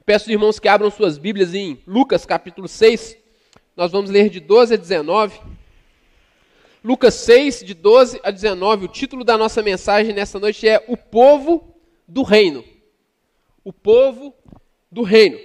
Peço aos irmãos que abram suas Bíblias em Lucas capítulo 6. Nós vamos ler de 12 a 19. Lucas 6, de 12 a 19. O título da nossa mensagem nessa noite é O Povo do Reino. O Povo do Reino.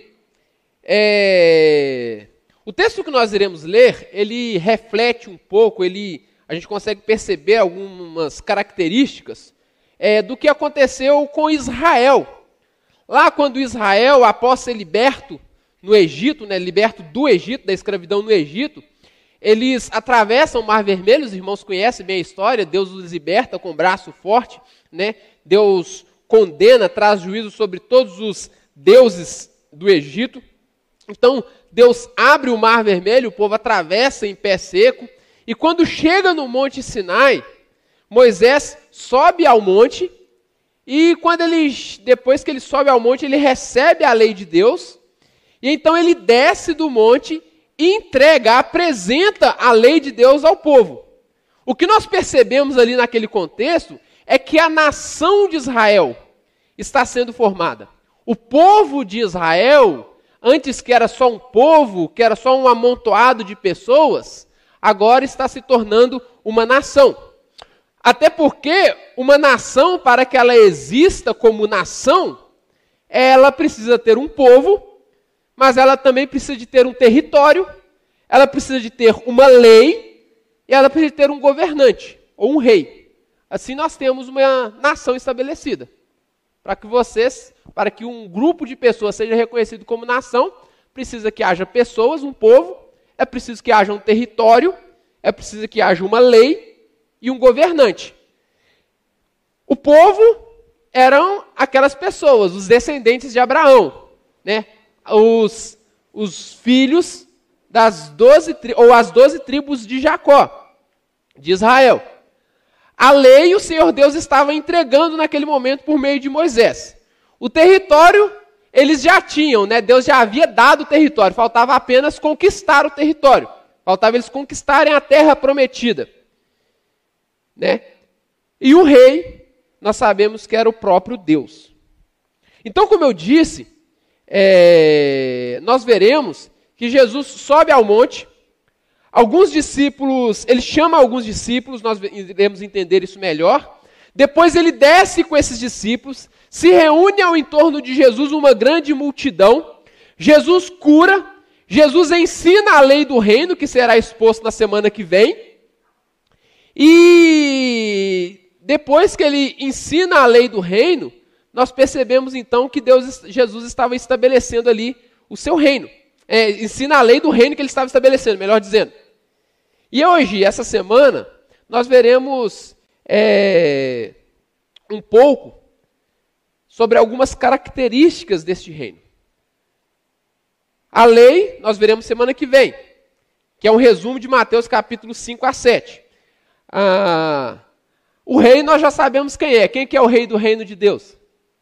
O texto que nós iremos ler, ele reflete um pouco, a gente consegue perceber algumas características do que aconteceu com Israel. Lá quando Israel, após ser liberto no Egito, liberto do Egito, da escravidão no Egito, eles atravessam o Mar Vermelho, os irmãos conhecem bem a história, Deus os liberta com braço forte, Deus condena, traz juízo sobre todos os deuses do Egito. Então, Deus abre o Mar Vermelho, o povo atravessa em pé seco, e quando chega no Monte Sinai, Moisés sobe ao monte, e depois que ele sobe ao monte, ele recebe a lei de Deus, e então ele desce do monte e apresenta a lei de Deus ao povo. O que nós percebemos ali naquele contexto é que a nação de Israel está sendo formada. O povo de Israel, antes que era só um povo, que era só um amontoado de pessoas, agora está se tornando uma nação. Até porque uma nação, para que ela exista como nação, ela precisa ter um povo, mas ela também precisa de ter um território, ela precisa de ter uma lei, e ela precisa de ter um governante, ou um rei. Assim nós temos uma nação estabelecida. Para que um grupo de pessoas seja reconhecido como nação, precisa que haja pessoas, um povo, é preciso que haja um território, é preciso que haja uma lei e um governante. O povo eram aquelas pessoas, os descendentes de Abraão, os filhos das 12 tribos de Jacó, de Israel. A lei o Senhor Deus estava entregando naquele momento por meio de Moisés. O território eles já tinham, Deus já havia dado o território, faltava apenas conquistar o território. Faltava eles conquistarem a terra prometida. E o rei, nós sabemos que era o próprio Deus. Então, como eu disse, nós veremos que Jesus sobe ao monte, alguns discípulos, ele chama alguns discípulos, nós iremos entender isso melhor. Depois ele desce com esses discípulos, se reúne ao entorno de Jesus uma grande multidão. Jesus cura, Jesus ensina a lei do reino, que será exposto na semana que vem. E depois que ele ensina a lei do reino, nós percebemos então que Jesus estava estabelecendo ali o seu reino. Ensina a lei do reino que ele estava estabelecendo, melhor dizendo. E hoje, essa semana, nós veremos um pouco sobre algumas características deste reino. A lei, nós veremos semana que vem, que é um resumo de Mateus capítulo 5 a 7. O rei nós já sabemos quem é. Quem que é o rei do reino de Deus?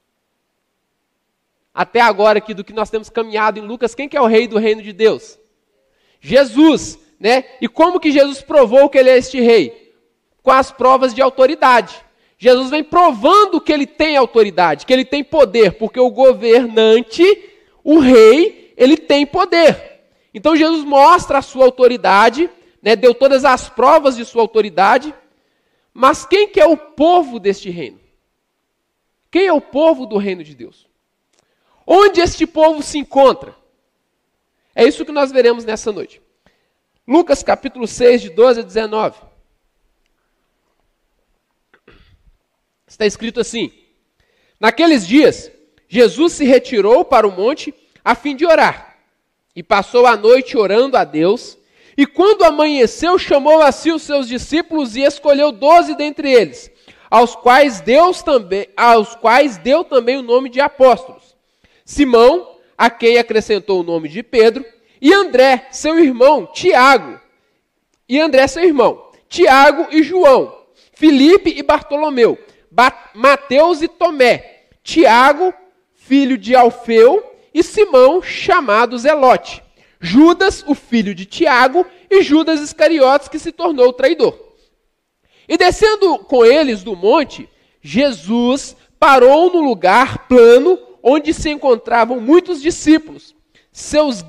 Até agora aqui do que nós temos caminhado em Lucas, quem que é o rei do reino de Deus? Jesus, E como que Jesus provou que ele é este rei? Com as provas de autoridade. Jesus vem provando que ele tem autoridade, que ele tem poder, porque o governante, o rei, ele tem poder. Então Jesus mostra a sua autoridade, deu todas as provas de sua autoridade, mas quem que é o povo deste reino? Quem é o povo do reino de Deus? Onde este povo se encontra? É isso que nós veremos nessa noite. Lucas capítulo 6, de 12 a 19. Está escrito assim: Naqueles dias, Jesus se retirou para o monte a fim de orar, e passou a noite orando a Deus. E quando amanheceu, chamou a si os seus discípulos e escolheu 12 dentre eles, aos quais deu também o nome de apóstolos. Simão, a quem acrescentou o nome de Pedro, e André, seu irmão, Tiago, Tiago e João, Filipe e Bartolomeu, Mateus e Tomé, Tiago, filho de Alfeu, e Simão, chamado Zelote, Judas, o filho de Tiago, e Judas Iscariotes, que se tornou o traidor. E descendo com eles do monte, Jesus parou no lugar plano onde se encontravam muitos discípulos seus,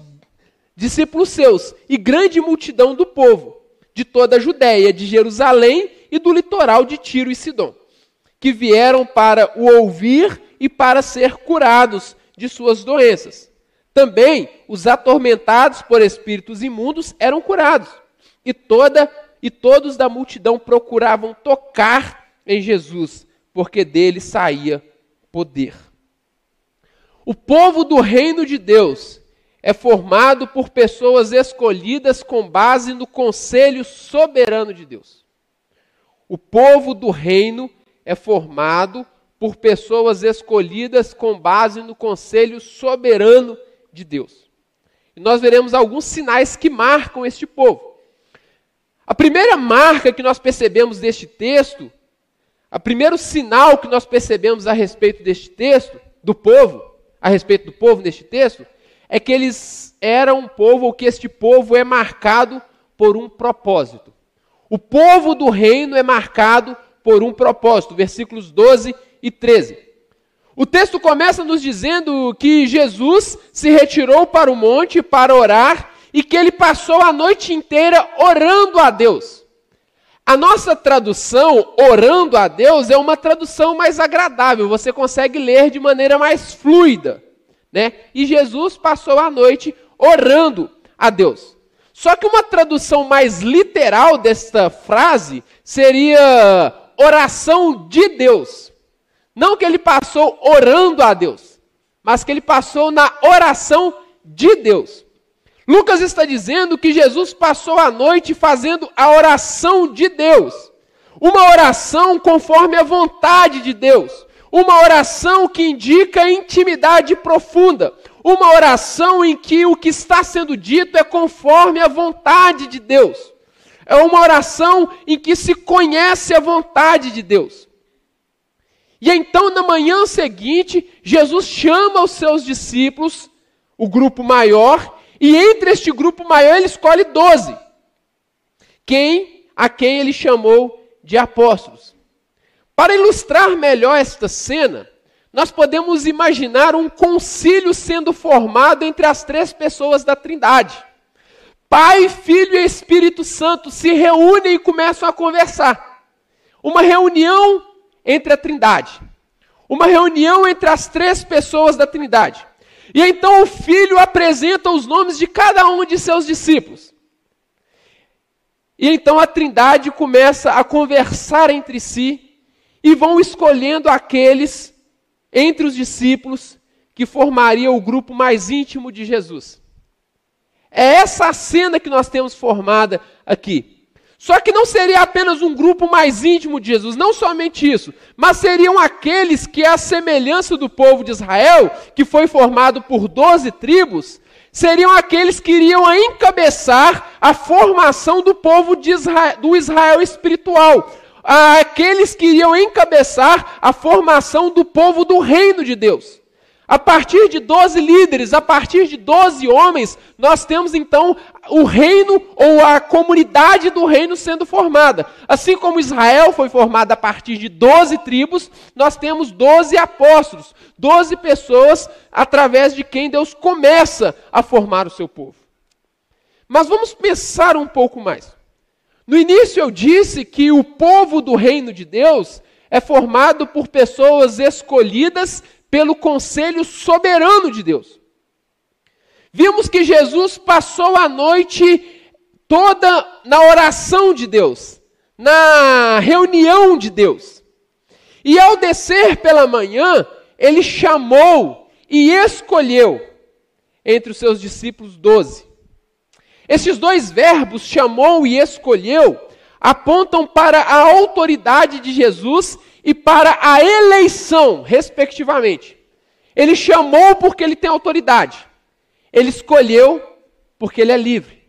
e grande multidão do povo, de toda a Judéia, de Jerusalém e do litoral de Tiro e Sidom, que vieram para o ouvir e para ser curados de suas doenças. Também os atormentados por espíritos imundos eram curados, e todos da multidão procuravam tocar em Jesus, porque dele saía poder. O povo do reino de Deus é formado por pessoas escolhidas com base no conselho soberano de Deus. O povo do reino é formado por pessoas escolhidas com base no conselho soberano de Deus. E nós veremos alguns sinais que marcam este povo. A primeira marca que nós percebemos deste texto, o primeiro sinal que nós percebemos a respeito deste texto, a respeito do povo neste texto, é que eles eram um povo, ou que este povo é marcado por um propósito. O povo do reino é marcado por um propósito, versículos 12 e 13. O texto começa nos dizendo que Jesus se retirou para o monte para orar e que ele passou a noite inteira orando a Deus. A nossa tradução, orando a Deus, é uma tradução mais agradável, você consegue ler de maneira mais fluida, né? E Jesus passou a noite orando a Deus. Só que uma tradução mais literal desta frase seria oração de Deus. Não que ele passou orando a Deus, mas que ele passou na oração de Deus. Lucas está dizendo que Jesus passou a noite fazendo a oração de Deus. Uma oração conforme a vontade de Deus. Uma oração que indica intimidade profunda. Uma oração em que o que está sendo dito é conforme a vontade de Deus. É uma oração em que se conhece a vontade de Deus. E então, na manhã seguinte, Jesus chama os seus discípulos, o grupo maior, e entre este grupo maior ele escolhe 12, a quem ele chamou de apóstolos. Para ilustrar melhor esta cena, nós podemos imaginar um concílio sendo formado entre as 3 pessoas da Trindade. Pai, Filho e Espírito Santo se reúnem e começam a conversar. Uma reunião entre a Trindade. Uma reunião entre as 3 pessoas da Trindade. E então o Filho apresenta os nomes de cada um de seus discípulos. E então a Trindade começa a conversar entre si e vão escolhendo aqueles entre os discípulos que formariam o grupo mais íntimo de Jesus. É essa a cena que nós temos formada aqui. Só que não seria apenas um grupo mais íntimo de Jesus, não somente isso, mas seriam aqueles que, à semelhança do povo de Israel, que foi formado por 12 tribos, seriam aqueles que iriam encabeçar a formação do povo do Israel espiritual, aqueles que iriam encabeçar a formação do povo do reino de Deus. A partir de 12 líderes, a partir de 12 homens, nós temos então o reino ou a comunidade do reino sendo formada. Assim como Israel foi formada a partir de 12 tribos, nós temos 12 apóstolos, 12 pessoas através de quem Deus começa a formar o seu povo. Mas vamos pensar um pouco mais. No início eu disse que o povo do reino de Deus é formado por pessoas escolhidas pelo conselho soberano de Deus. Vimos que Jesus passou a noite toda na oração de Deus, na reunião de Deus. E ao descer pela manhã, ele chamou e escolheu entre os seus discípulos 12. Esses 2 verbos, chamou e escolheu, apontam para a autoridade de Jesus e para a eleição, respectivamente. Ele chamou porque ele tem autoridade. Ele escolheu porque ele é livre.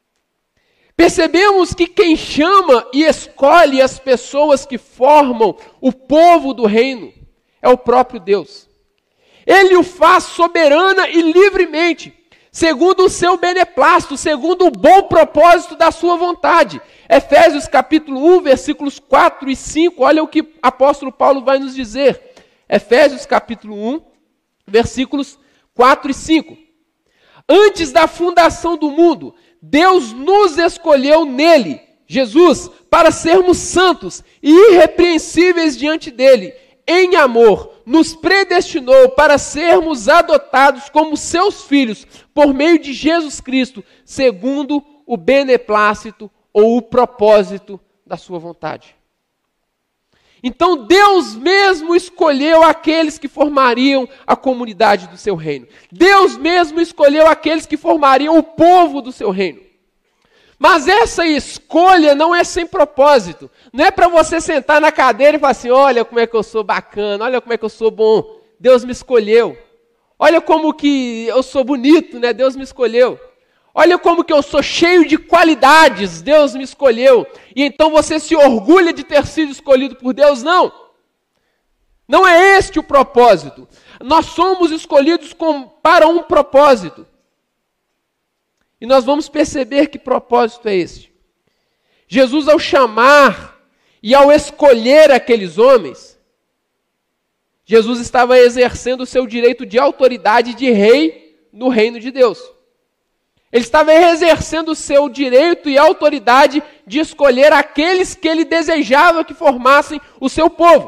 Percebemos que quem chama e escolhe as pessoas que formam o povo do reino é o próprio Deus. Ele o faz soberana e livremente, segundo o seu beneplácito, segundo o bom propósito da sua vontade. Efésios capítulo 1, versículos 4 e 5, olha o que o apóstolo Paulo vai nos dizer. Efésios capítulo 1, versículos 4 e 5. Antes da fundação do mundo, Deus nos escolheu nele, Jesus, para sermos santos e irrepreensíveis diante dele. Em amor, nos predestinou para sermos adotados como seus filhos, por meio de Jesus Cristo, segundo o beneplácito ou o propósito da sua vontade. Então Deus mesmo escolheu aqueles que formariam a comunidade do seu reino. Deus mesmo escolheu aqueles que formariam o povo do seu reino. Mas essa escolha não é sem propósito. Não é para você sentar na cadeira e falar assim, olha como é que eu sou bacana, olha como é que eu sou bom. Deus me escolheu. Olha como que eu sou bonito, né? Deus me escolheu. Olha como que eu sou cheio de qualidades, Deus me escolheu. E então você se orgulha de ter sido escolhido por Deus? Não. Não é este o propósito. Nós somos escolhidos para um propósito. E nós vamos perceber que propósito é este. Jesus, ao chamar e ao escolher aqueles homens, Jesus estava exercendo o seu direito de autoridade de rei no reino de Deus. Ele estava exercendo o seu direito e autoridade de escolher aqueles que ele desejava que formassem o seu povo.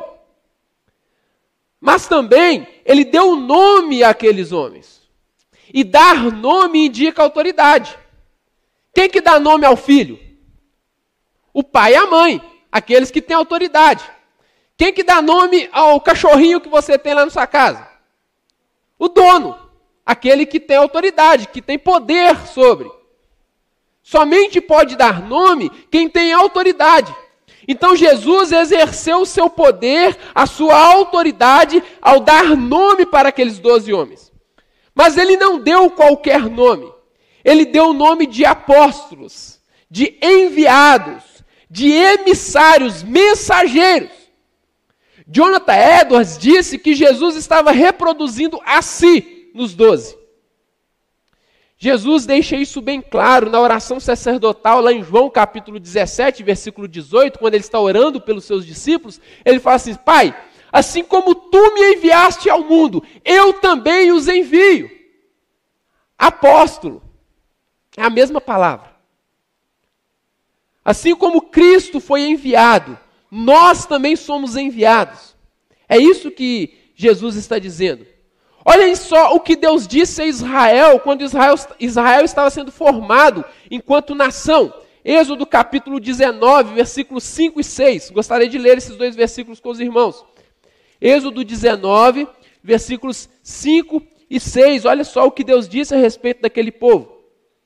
Mas também ele deu nome àqueles homens. E dar nome indica autoridade. Quem que dá nome ao filho? O pai e a mãe, aqueles que têm autoridade. Quem que dá nome ao cachorrinho que você tem lá na sua casa? O dono, aquele que tem autoridade, que tem poder sobre. Somente pode dar nome quem tem autoridade. Então Jesus exerceu o seu poder, a sua autoridade, ao dar nome para aqueles 12 homens. Mas ele não deu qualquer nome. Ele deu o nome de apóstolos, de enviados, de emissários, mensageiros. Jonathan Edwards disse que Jesus estava reproduzindo a si nos 12. Jesus deixa isso bem claro na oração sacerdotal, lá em João capítulo 17, versículo 18, quando ele está orando pelos seus discípulos, ele fala assim, Pai, assim como tu me enviaste ao mundo, eu também os envio. Apóstolo, é a mesma palavra. Assim como Cristo foi enviado, nós também somos enviados. É isso que Jesus está dizendo. Olhem só o que Deus disse a Israel, quando Israel estava sendo formado enquanto nação. Êxodo capítulo 19, versículos 5 e 6. Gostaria de ler esses dois versículos com os irmãos. Êxodo 19, versículos 5 e 6. Olha só o que Deus disse a respeito daquele povo.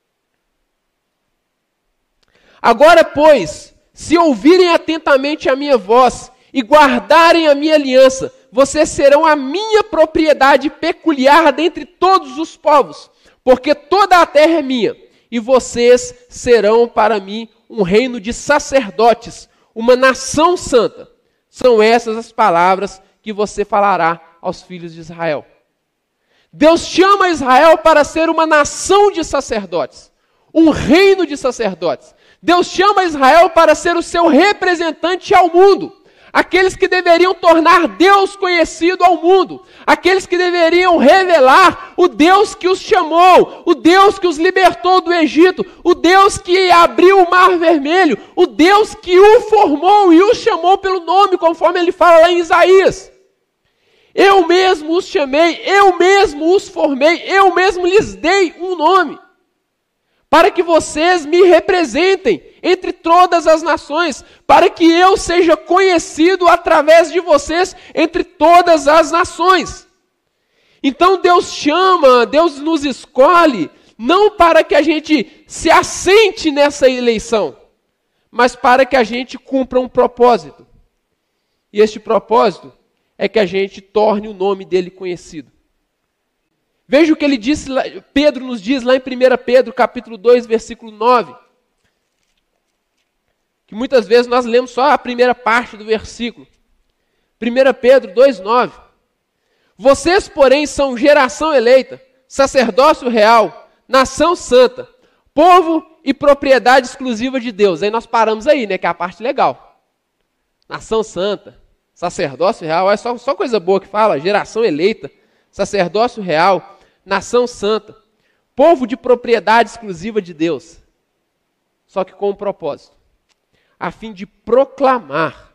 Agora, pois, se ouvirem atentamente a minha voz e guardarem a minha aliança, vocês serão a minha propriedade peculiar dentre todos os povos, porque toda a terra é minha, e vocês serão para mim um reino de sacerdotes, uma nação santa. São essas as palavras que você falará aos filhos de Israel. Deus chama Israel para ser uma nação de sacerdotes, um reino de sacerdotes. Deus chama Israel para ser o seu representante ao mundo. Aqueles que deveriam tornar Deus conhecido ao mundo. Aqueles que deveriam revelar o Deus que os chamou, o Deus que os libertou do Egito, o Deus que abriu o mar vermelho, o Deus que o formou e os chamou pelo nome, conforme ele fala lá em Isaías. Eu mesmo os chamei, eu mesmo os formei, eu mesmo lhes dei um nome, para que vocês me representem entre todas as nações, para que eu seja conhecido através de vocês entre todas as nações. Então Deus chama, Deus nos escolhe, não para que a gente se assente nessa eleição, mas para que a gente cumpra um propósito. E este propósito é que a gente torne o nome dele conhecido. Veja o que ele disse, Pedro nos diz lá em 1 Pedro, capítulo 2, versículo 9. Que muitas vezes nós lemos só a primeira parte do versículo. 1 Pedro 2, 9. Vocês, porém, são geração eleita, sacerdócio real, nação santa, povo e propriedade exclusiva de Deus. Aí nós paramos aí, né, que é a parte legal. Nação santa, sacerdócio real, é só coisa boa que fala, geração eleita, sacerdócio real, nação santa, povo de propriedade exclusiva de Deus. Só que com um propósito, a fim de proclamar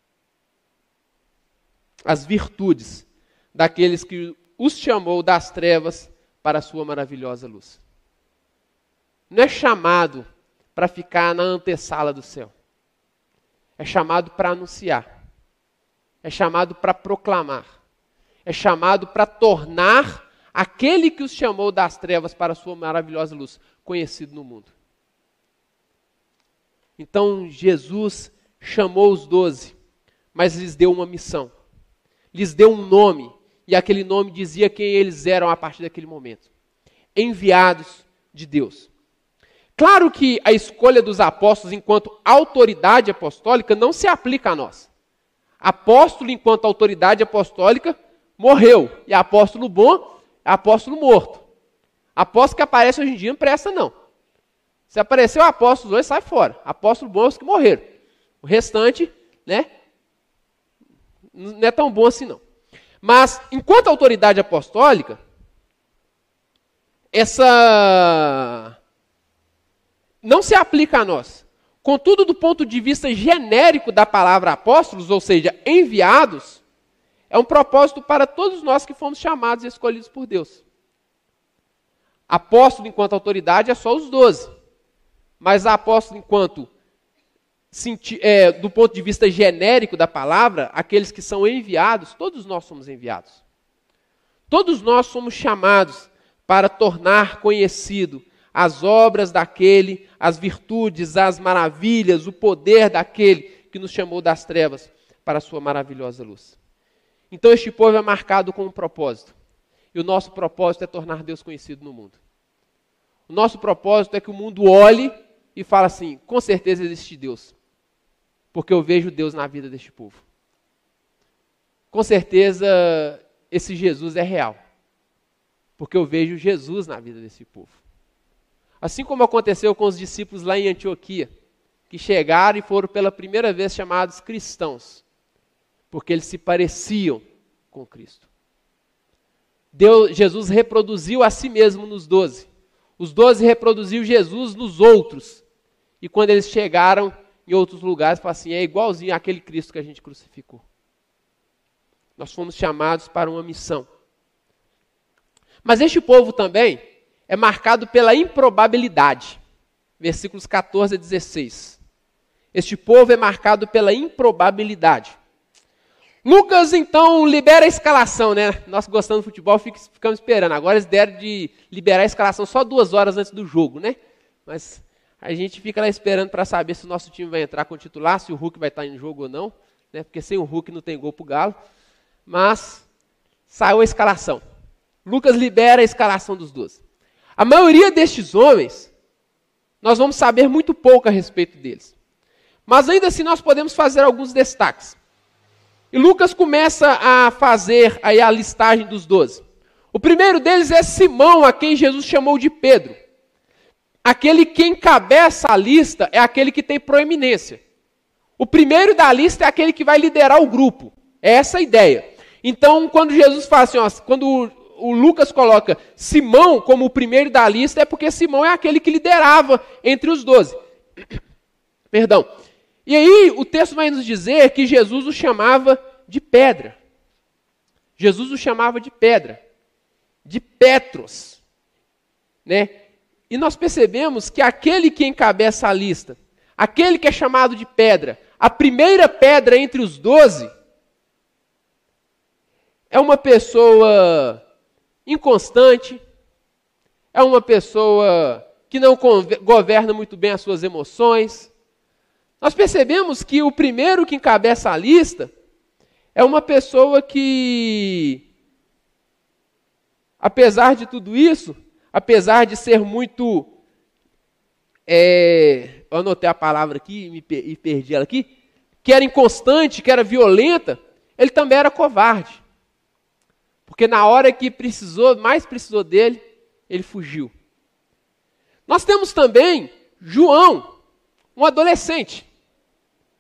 as virtudes daqueles que os chamou das trevas para a sua maravilhosa luz. Não é chamado para ficar na antessala do céu. É chamado para anunciar. É chamado para proclamar. É chamado para tornar aquele que os chamou das trevas para a sua maravilhosa luz conhecido no mundo. Então Jesus chamou os 12, mas lhes deu uma missão. Lhes deu um nome, e aquele nome dizia quem eles eram a partir daquele momento. Enviados de Deus. Claro que a escolha dos apóstolos enquanto autoridade apostólica não se aplica a nós. Apóstolo enquanto autoridade apostólica morreu, e apóstolo bom é apóstolo morto. Apóstolo que aparece hoje em dia não presta não. Se apareceu apóstolo hoje, sai fora. Apóstolo bom é os que morreram. O restante, né, não é tão bom assim não. Mas, enquanto autoridade apostólica, essa não se aplica a nós. Contudo, do ponto de vista genérico da palavra apóstolos, ou seja, enviados, é um propósito para todos nós que fomos chamados e escolhidos por Deus. Apóstolo enquanto autoridade é só os 12. Mas apóstolo enquanto, do ponto de vista genérico da palavra, aqueles que são enviados, todos nós somos enviados. Todos nós somos chamados para tornar conhecido as obras daquele, as virtudes, as maravilhas, o poder daquele que nos chamou das trevas para a sua maravilhosa luz. Então este povo é marcado com um propósito. E o nosso propósito é tornar Deus conhecido no mundo. O nosso propósito é que o mundo olhe e fale assim, com certeza existe Deus. Porque eu vejo Deus na vida deste povo. Com certeza esse Jesus é real. Porque eu vejo Jesus na vida desse povo. Assim como aconteceu com os discípulos lá em Antioquia, que chegaram e foram pela primeira vez chamados cristãos, porque eles se pareciam com Cristo. Jesus reproduziu a si mesmo nos 12. Os 12 reproduziu Jesus nos outros. E quando eles chegaram em outros lugares, falaram assim, é igualzinho àquele Cristo que a gente crucificou. Nós fomos chamados para uma missão. Mas este povo também é marcado pela improbabilidade. Versículos 14 a 16. Este povo é marcado pela improbabilidade. Lucas, então, libera a escalação, né? Nós gostando do futebol, ficamos esperando. Agora eles deram de liberar a escalação só 2 horas antes do jogo, né? Mas a gente fica lá esperando para saber se o nosso time vai entrar com o titular, se o Hulk vai estar em jogo ou não, né? Porque sem o Hulk não tem gol pro Galo. Mas saiu a escalação. Lucas libera a escalação dos 12. A maioria destes homens, nós vamos saber muito pouco a respeito deles. Mas ainda assim nós podemos fazer alguns destaques. E Lucas começa a fazer aí a listagem dos 12. O primeiro deles é Simão, a quem Jesus chamou de Pedro. Aquele que encabeça a lista é aquele que tem proeminência. O primeiro da lista é aquele que vai liderar o grupo. É essa a ideia. Então, quando Jesus fala assim, ó, quando o Lucas coloca Simão como o primeiro da lista, é porque Simão é aquele que liderava entre os 12. Perdão. E aí, o texto vai nos dizer que Jesus o chamava de pedra. Jesus o chamava de pedra. De Petros. Né? E nós percebemos que aquele que encabeça a lista, aquele que é chamado de pedra, a primeira pedra entre os 12, é uma pessoa inconstante, é uma pessoa que não governa muito bem as suas emoções. Nós percebemos que o primeiro que encabeça a lista é uma pessoa que, apesar de tudo isso, apesar de ser muito, eu anotei a palavra aqui e perdi ela aqui, que era inconstante, que era violenta, ele também era covarde. Porque na hora que mais precisou dele, ele fugiu. Nós temos também João, um adolescente,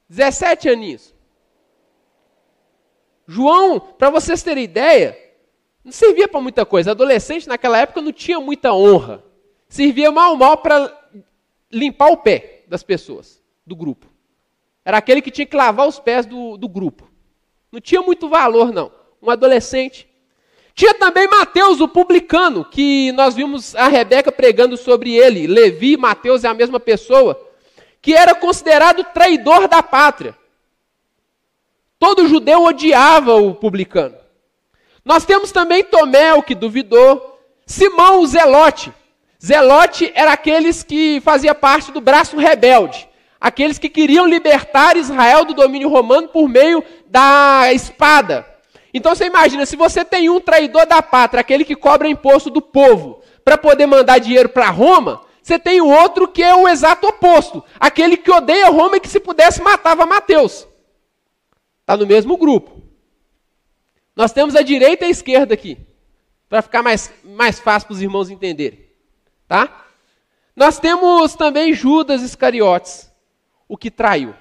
17 aninhos. João, para vocês terem ideia, Não servia para muita coisa. Adolescente naquela época não tinha muita honra. Servia mal para limpar o pé das pessoas, do grupo. Era aquele que tinha que lavar os pés do grupo. Não tinha muito valor, não. Um adolescente. Tinha também Mateus, o publicano, que nós vimos a Rebeca pregando sobre ele. Levi e Mateus é a mesma pessoa, que era considerado traidor da pátria. Todo judeu odiava o publicano. Nós temos também Tomé, o que duvidou. Simão, o Zelote. Zelote era aqueles que fazia parte do braço rebelde. Aqueles que queriam libertar Israel do domínio romano por meio da espada. Então você imagina, se você tem um traidor da pátria, aquele que cobra imposto do povo, para poder mandar dinheiro para Roma, você tem o outro que é o exato oposto. Aquele que odeia Roma e que se pudesse matava Mateus. Está no mesmo grupo. Nós temos a direita e a esquerda aqui, para ficar mais fácil para os irmãos entenderem. Tá? Nós temos também Judas Iscariotes, o que traiu.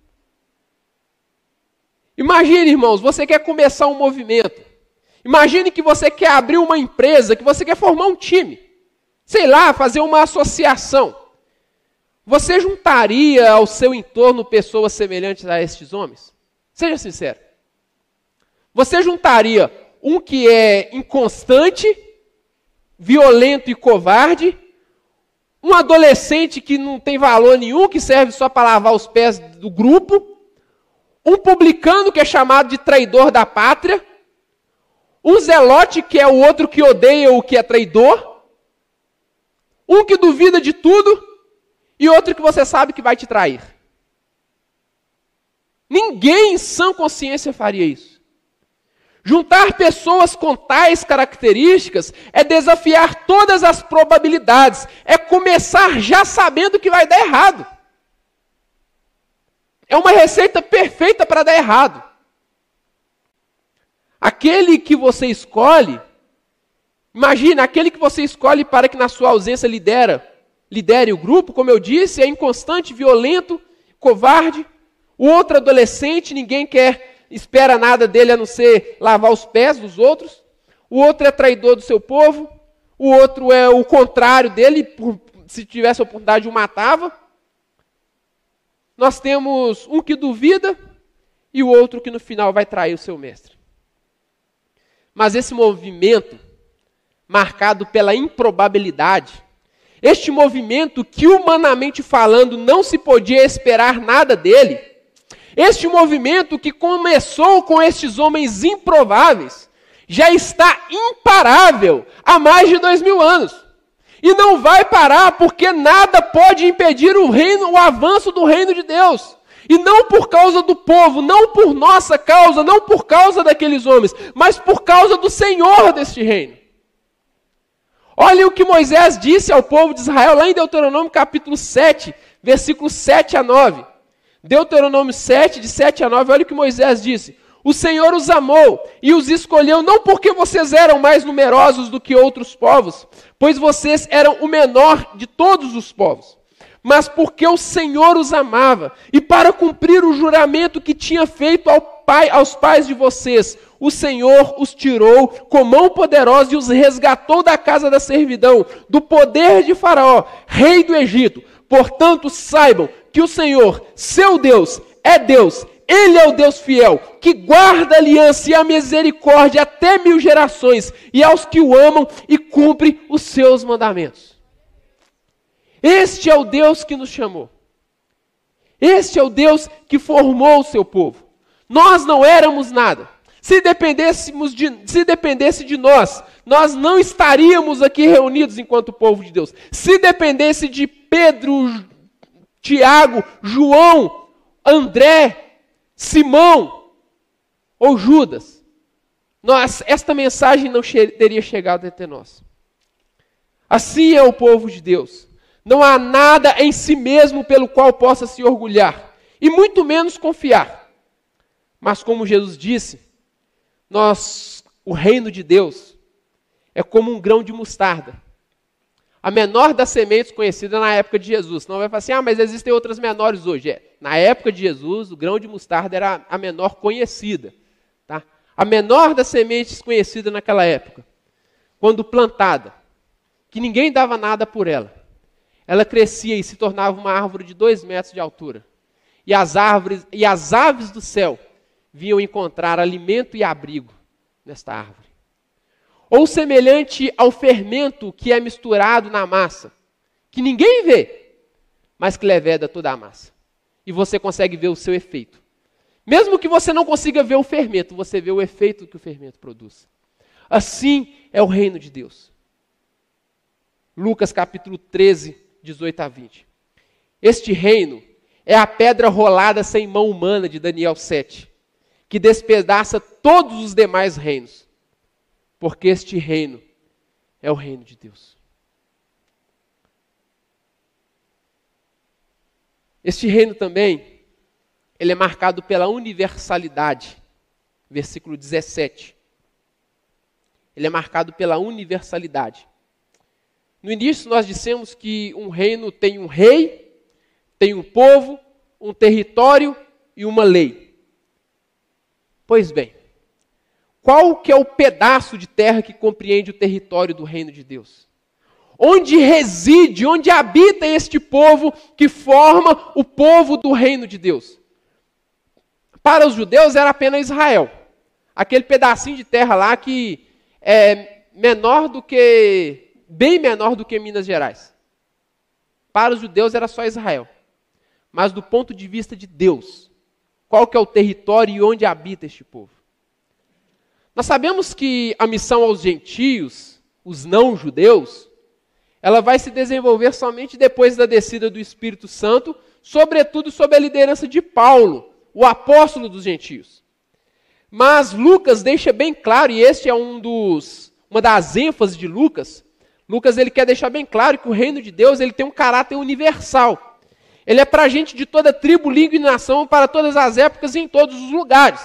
Imagine, irmãos, você quer começar um movimento. Imagine que você quer abrir uma empresa, que você quer formar um time. Sei lá, fazer uma associação. Você juntaria ao seu entorno pessoas semelhantes a estes homens? Seja sincero. Você juntaria um que é inconstante, violento e covarde, um adolescente que não tem valor nenhum, que serve só para lavar os pés do grupo, um publicano que é chamado de traidor da pátria, um zelote que é o outro que odeia o que é traidor, um que duvida de tudo e outro que você sabe que vai te trair. Ninguém em sã consciência faria isso. Juntar pessoas com tais características é desafiar todas as probabilidades, é começar já sabendo que vai dar errado. É uma receita perfeita para dar errado. Aquele que você escolhe, imagina, aquele que você escolhe para que na sua ausência lidere o grupo, como eu disse, é inconstante, violento, covarde. O outro adolescente, ninguém espera nada dele a não ser lavar os pés dos outros. O outro é traidor do seu povo. O outro é o contrário dele, se tivesse a oportunidade o matava. Nós temos um que duvida e o outro que no final vai trair o seu mestre. Mas esse movimento, marcado pela improbabilidade, este movimento que humanamente falando não se podia esperar nada dele, este movimento que começou com estes homens improváveis, já está imparável há mais de 2000 anos. E não vai parar porque nada pode impedir o avanço do reino de Deus. E não por causa do povo, não por nossa causa, não por causa daqueles homens, mas por causa do Senhor deste reino. Olha o que Moisés disse ao povo de Israel lá em Deuteronômio capítulo 7, versículos 7 a 9. Deuteronômio 7, de 7 a 9, olha o que Moisés disse. O Senhor os amou e os escolheu não porque vocês eram mais numerosos do que outros povos, pois vocês eram o menor de todos os povos, mas porque o Senhor os amava e para cumprir o juramento que tinha feito aos pais de vocês, o Senhor os tirou com mão poderosa e os resgatou da casa da servidão, do poder de Faraó, rei do Egito. Portanto, saibam que o Senhor, seu Deus, é Deus. Ele é o Deus fiel, que guarda a aliança e a misericórdia até 1000 gerações, e aos que o amam e cumpre os seus mandamentos. Este é o Deus que nos chamou. Este é o Deus que formou o seu povo. Nós não éramos nada. Se dependesse de nós, nós não estaríamos aqui reunidos enquanto povo de Deus. Se dependesse de Pedro, Tiago, João, André, Simão ou Judas, esta mensagem não teria chegado até nós. Assim é o povo de Deus. Não há nada em si mesmo pelo qual possa se orgulhar, e muito menos confiar. Mas como Jesus disse, o reino de Deus é como um grão de mostarda. A menor das sementes conhecida na época de Jesus. Não vai falar assim, mas existem outras menores hoje. Na época de Jesus, o grão de mostarda era a menor conhecida. Tá? A menor das sementes conhecida naquela época, quando plantada, que ninguém dava nada por ela, ela crescia e se tornava uma árvore de 2 metros de altura. E as aves do céu vinham encontrar alimento e abrigo nesta árvore. Ou semelhante ao fermento que é misturado na massa, que ninguém vê, mas que leveda toda a massa. E você consegue ver o seu efeito. Mesmo que você não consiga ver o fermento, você vê o efeito que o fermento produz. Assim é o reino de Deus. Lucas capítulo 13, 18 a 20. Este reino é a pedra rolada sem mão humana de Daniel 7, que despedaça todos os demais reinos, porque este reino é o reino de Deus. Este reino também, ele é marcado pela universalidade. Versículo 17. Ele é marcado pela universalidade. No início nós dissemos que um reino tem um rei, tem um povo, um território e uma lei. Pois bem, qual que é o pedaço de terra que compreende o território do reino de Deus? Onde reside, onde habita este povo que forma o povo do reino de Deus? Para os judeus era apenas Israel. Aquele pedacinho de terra lá que é bem menor do que Minas Gerais. Para os judeus era só Israel. Mas do ponto de vista de Deus, qual que é o território e onde habita este povo? Nós sabemos que a missão aos gentios, os não-judeus, ela vai se desenvolver somente depois da descida do Espírito Santo, sobretudo sob a liderança de Paulo, o apóstolo dos gentios. Mas Lucas deixa bem claro, e este é uma das ênfases de Lucas, ele quer deixar bem claro que o reino de Deus ele tem um caráter universal. Ele é para gente de toda tribo, língua e nação, para todas as épocas e em todos os lugares.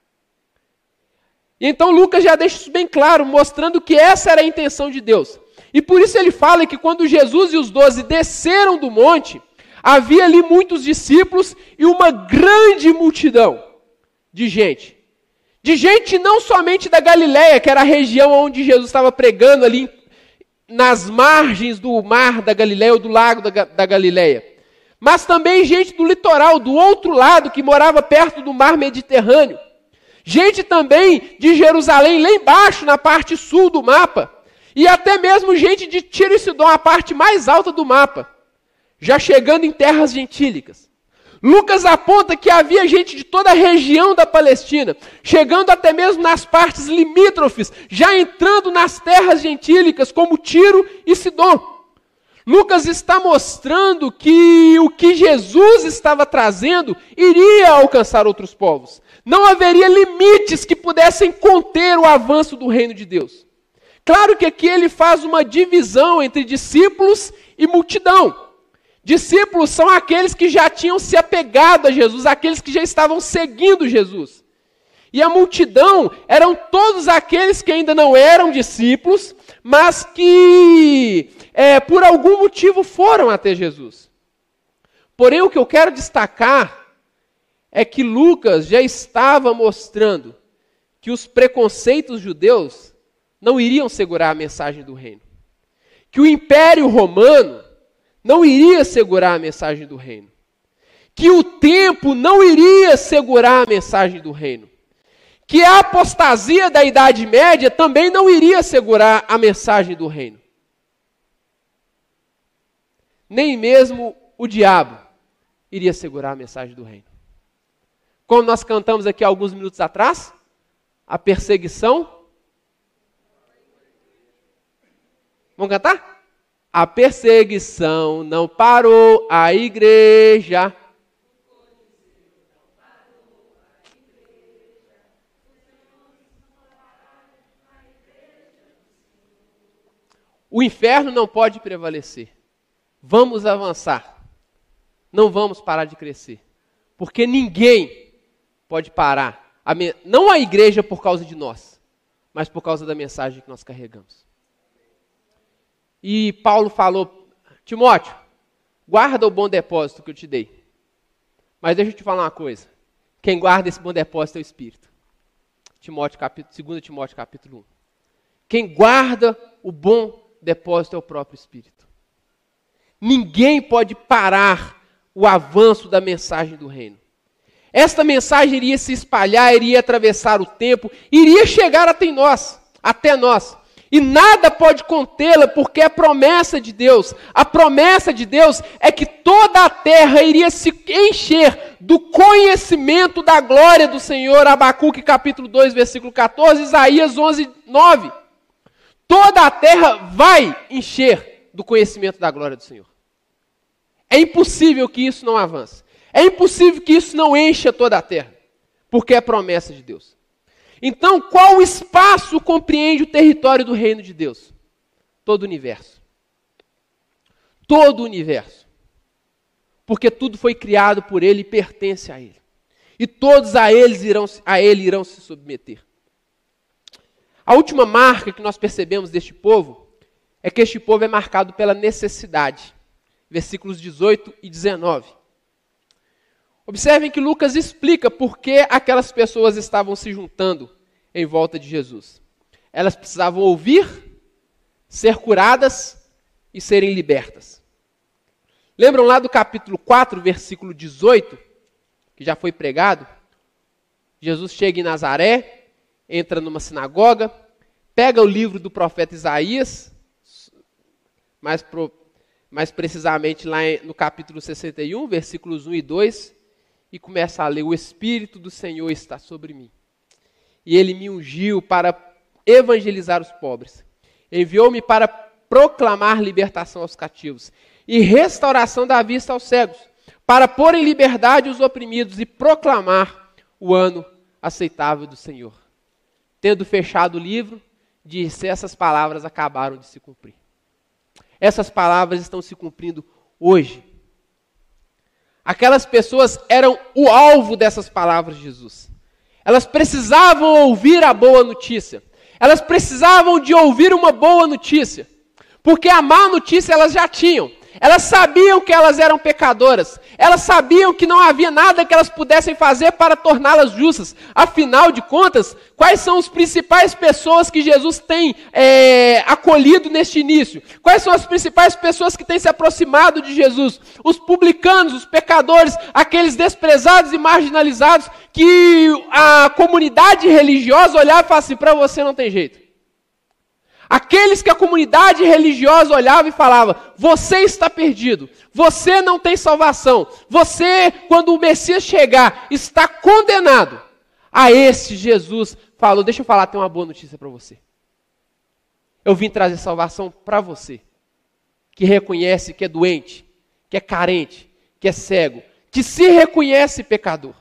E então Lucas já deixa isso bem claro, mostrando que essa era a intenção de Deus. E por isso ele fala que quando Jesus e os 12 desceram do monte, havia ali muitos discípulos e uma grande multidão de gente. De gente não somente da Galileia, que era a região onde Jesus estava pregando ali nas margens do mar da Galileia ou do lago da Galileia. Mas também gente do litoral, do outro lado, que morava perto do mar Mediterrâneo. Gente também de Jerusalém, lá embaixo, na parte sul do mapa. E até mesmo gente de Tiro e Sidom, a parte mais alta do mapa. Já chegando em terras gentílicas. Lucas aponta que havia gente de toda a região da Palestina, chegando até mesmo nas partes limítrofes, já entrando nas terras gentílicas, como Tiro e Sidom. Lucas está mostrando que o que Jesus estava trazendo iria alcançar outros povos. Não haveria limites que pudessem conter o avanço do reino de Deus. Claro que aqui ele faz uma divisão entre discípulos e multidão. Discípulos são aqueles que já tinham se apegado a Jesus, aqueles que já estavam seguindo Jesus. E a multidão eram todos aqueles que ainda não eram discípulos, mas que por algum motivo foram até Jesus. Porém, o que eu quero destacar é que Lucas já estava mostrando que os preconceitos judeus não iriam segurar a mensagem do reino. Que o Império Romano não iria segurar a mensagem do reino. Que o tempo não iria segurar a mensagem do reino. Que a apostasia da Idade Média também não iria segurar a mensagem do reino. Nem mesmo o diabo iria segurar a mensagem do reino. Como nós cantamos aqui alguns minutos atrás, a perseguição. Vamos cantar? A perseguição não parou a igreja. O inferno não pode prevalecer. Vamos avançar. Não vamos parar de crescer. Porque ninguém pode parar. Não a igreja por causa de nós, mas por causa da mensagem que nós carregamos. E Paulo falou, Timóteo, guarda o bom depósito que eu te dei. Mas deixa eu te falar uma coisa. Quem guarda esse bom depósito é o Espírito. 2 Timóteo capítulo 1. Quem guarda o bom depósito é o próprio Espírito. Ninguém pode parar o avanço da mensagem do reino. Esta mensagem iria se espalhar, iria atravessar o tempo, iria chegar até nós. E nada pode contê-la, porque é promessa de Deus. A promessa de Deus é que toda a terra iria se encher do conhecimento da glória do Senhor. Abacuque capítulo 2, versículo 14, Isaías 11, 9. Toda a terra vai encher do conhecimento da glória do Senhor. É impossível que isso não avance. É impossível que isso não encha toda a terra, porque é promessa de Deus. Então, qual espaço compreende o território do reino de Deus? Todo o universo. Todo o universo. Porque tudo foi criado por Ele e pertence a Ele. E todos a Ele irão se submeter. A última marca que nós percebemos deste povo é que este povo é marcado pela necessidade. Versículos 18 e 19. Observem que Lucas explica por que aquelas pessoas estavam se juntando em volta de Jesus. Elas precisavam ouvir, ser curadas e serem libertas. Lembram lá do capítulo 4, versículo 18, que já foi pregado? Jesus chega em Nazaré, entra numa sinagoga, pega o livro do profeta Isaías, mais precisamente lá no capítulo 61, versículos 1 e 2, e começa a ler: o Espírito do Senhor está sobre mim. E Ele me ungiu para evangelizar os pobres. Enviou-me para proclamar libertação aos cativos e restauração da vista aos cegos, para pôr em liberdade os oprimidos e proclamar o ano aceitável do Senhor. Tendo fechado o livro, disse: essas palavras acabaram de se cumprir. Essas palavras estão se cumprindo hoje. Aquelas pessoas eram o alvo dessas palavras de Jesus. Elas precisavam ouvir a boa notícia. Elas precisavam de ouvir uma boa notícia. Porque a má notícia elas já tinham. Elas sabiam que elas eram pecadoras. Elas sabiam que não havia nada que elas pudessem fazer para torná-las justas. Afinal de contas, quais são as principais pessoas que Jesus tem acolhido neste início? Quais são as principais pessoas que têm se aproximado de Jesus? Os publicanos, os pecadores, aqueles desprezados e marginalizados que a comunidade religiosa olhava e falava assim: para você não tem jeito. Aqueles que a comunidade religiosa olhava e falava: você está perdido, você não tem salvação, você, quando o Messias chegar, está condenado. A esse Jesus falou: deixa eu falar, tem uma boa notícia para você. Eu vim trazer salvação para você, que reconhece que é doente, que é carente, que é cego, que se reconhece pecador.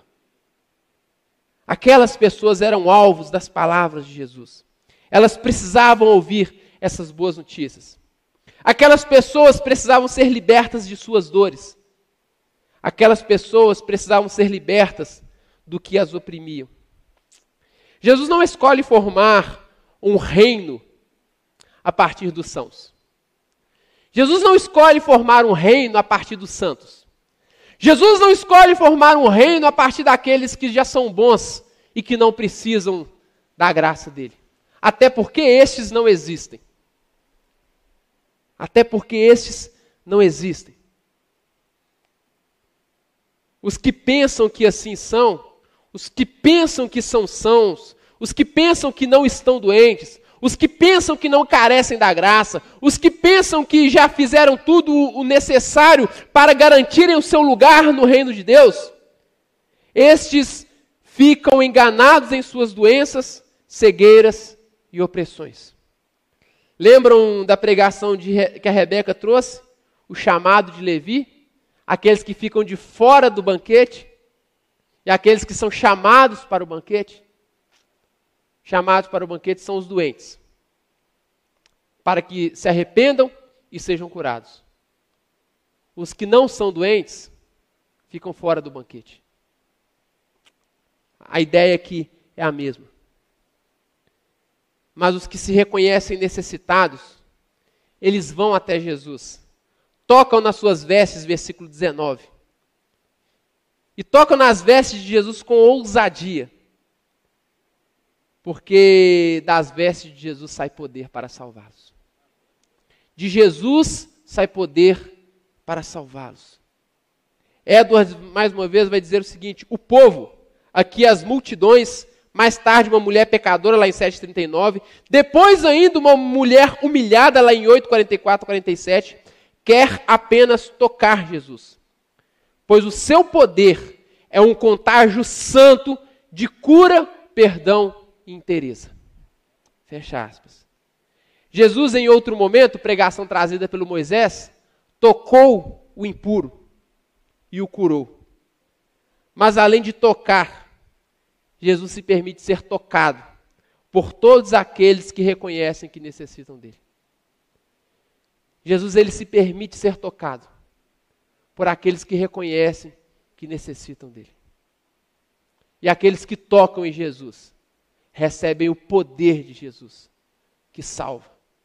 Aquelas pessoas eram alvos das palavras de Jesus. Elas precisavam ouvir essas boas notícias. Aquelas pessoas precisavam ser libertas de suas dores. Aquelas pessoas precisavam ser libertas do que as oprimiam. Jesus não escolhe formar um reino a partir dos sãos. Jesus não escolhe formar um reino a partir dos santos. Jesus não escolhe formar um reino a partir daqueles que já são bons e que não precisam da graça dele. Até porque estes não existem. Até porque estes não existem. Os que pensam que assim são, os que pensam que são sãos, os que pensam que não estão doentes, os que pensam que não carecem da graça, os que pensam que já fizeram tudo o necessário para garantirem o seu lugar no reino de Deus, estes ficam enganados em suas doenças, cegueiras e opressões. Lembram da pregação que a Rebeca trouxe? O chamado de Levi? Aqueles que ficam de fora do banquete e aqueles que são chamados para o banquete. Chamados para o banquete são os doentes, para que se arrependam e sejam curados. Os que não são doentes ficam fora do banquete. A ideia aqui é a mesma. Mas os que se reconhecem necessitados, eles vão até Jesus. Tocam nas suas vestes, versículo 19. E tocam nas vestes de Jesus com ousadia. Porque das vestes de Jesus sai poder para salvá-los. De Jesus sai poder para salvá-los. Edwards, mais uma vez, vai dizer o seguinte: o povo, aqui as multidões, mais tarde uma mulher pecadora lá em 7:39, depois ainda uma mulher humilhada lá em 8:44, 47, quer apenas tocar Jesus. Pois o seu poder é um contágio santo de cura, perdão e inteireza. Fecha aspas. Jesus, em outro momento, pregação trazida pelo Moisés, tocou o impuro e o curou. Mas além de tocar, Jesus se permite ser tocado por todos aqueles que reconhecem que necessitam dele. Jesus, ele se permite ser tocado por aqueles que reconhecem que necessitam dele. E aqueles que tocam em Jesus recebem o poder de Jesus, que salva.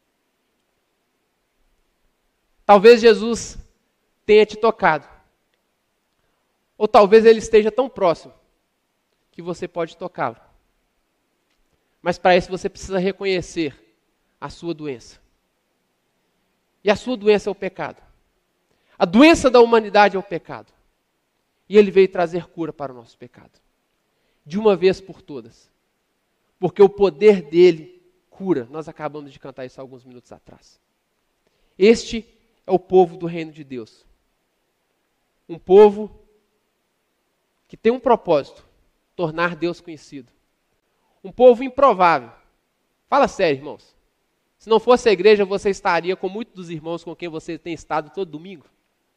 Talvez Jesus tenha te tocado. Ou talvez ele esteja tão próximo que você pode tocá-lo. Mas para isso você precisa reconhecer a sua doença. E a sua doença é o pecado. A doença da humanidade é o pecado. E ele veio trazer cura para o nosso pecado. De uma vez por todas. Porque o poder dele cura. Nós acabamos de cantar isso alguns minutos atrás. Este é o povo do reino de Deus. Um povo que tem um propósito: tornar Deus conhecido. Um povo improvável. Fala sério, irmãos. Se não fosse a igreja, você estaria com muitos dos irmãos com quem você tem estado todo domingo?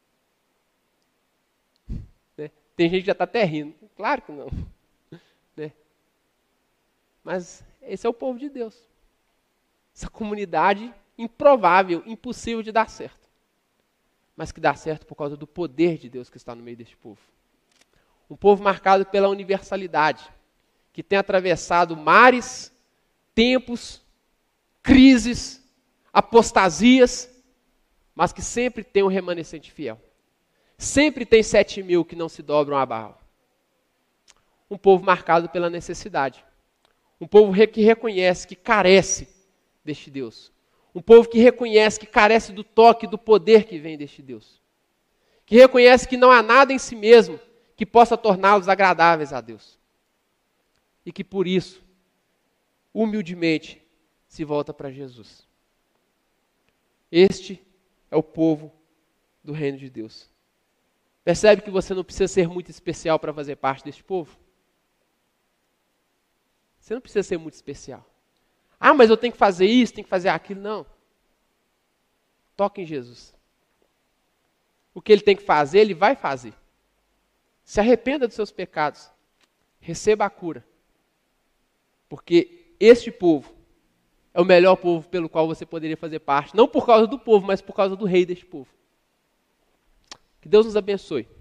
Né? Tem gente que já está até rindo. Claro que não. Né? Mas esse é o povo de Deus. Essa comunidade improvável, impossível de dar certo. Mas que dá certo por causa do poder de Deus que está no meio deste povo. Um povo marcado pela universalidade, que tem atravessado mares, tempos, crises, apostasias, mas que sempre tem um remanescente fiel. Sempre tem 7.000 que não se dobram a Baal. Um povo marcado pela necessidade. Um povo que reconhece que carece deste Deus. Um povo que reconhece que carece do toque, do poder que vem deste Deus. Que reconhece que não há nada em si mesmo que possa torná-los agradáveis a Deus. E que por isso, humildemente, se volta para Jesus. Este é o povo do reino de Deus. Percebe que você não precisa ser muito especial para fazer parte deste povo? Você não precisa ser muito especial. Ah, mas eu tenho que fazer isso, tenho que fazer aquilo. Não. Toque em Jesus. O que ele tem que fazer, ele vai fazer. Se arrependa dos seus pecados. Receba a cura. Porque este povo é o melhor povo pelo qual você poderia fazer parte. Não por causa do povo, mas por causa do rei deste povo. Que Deus nos abençoe.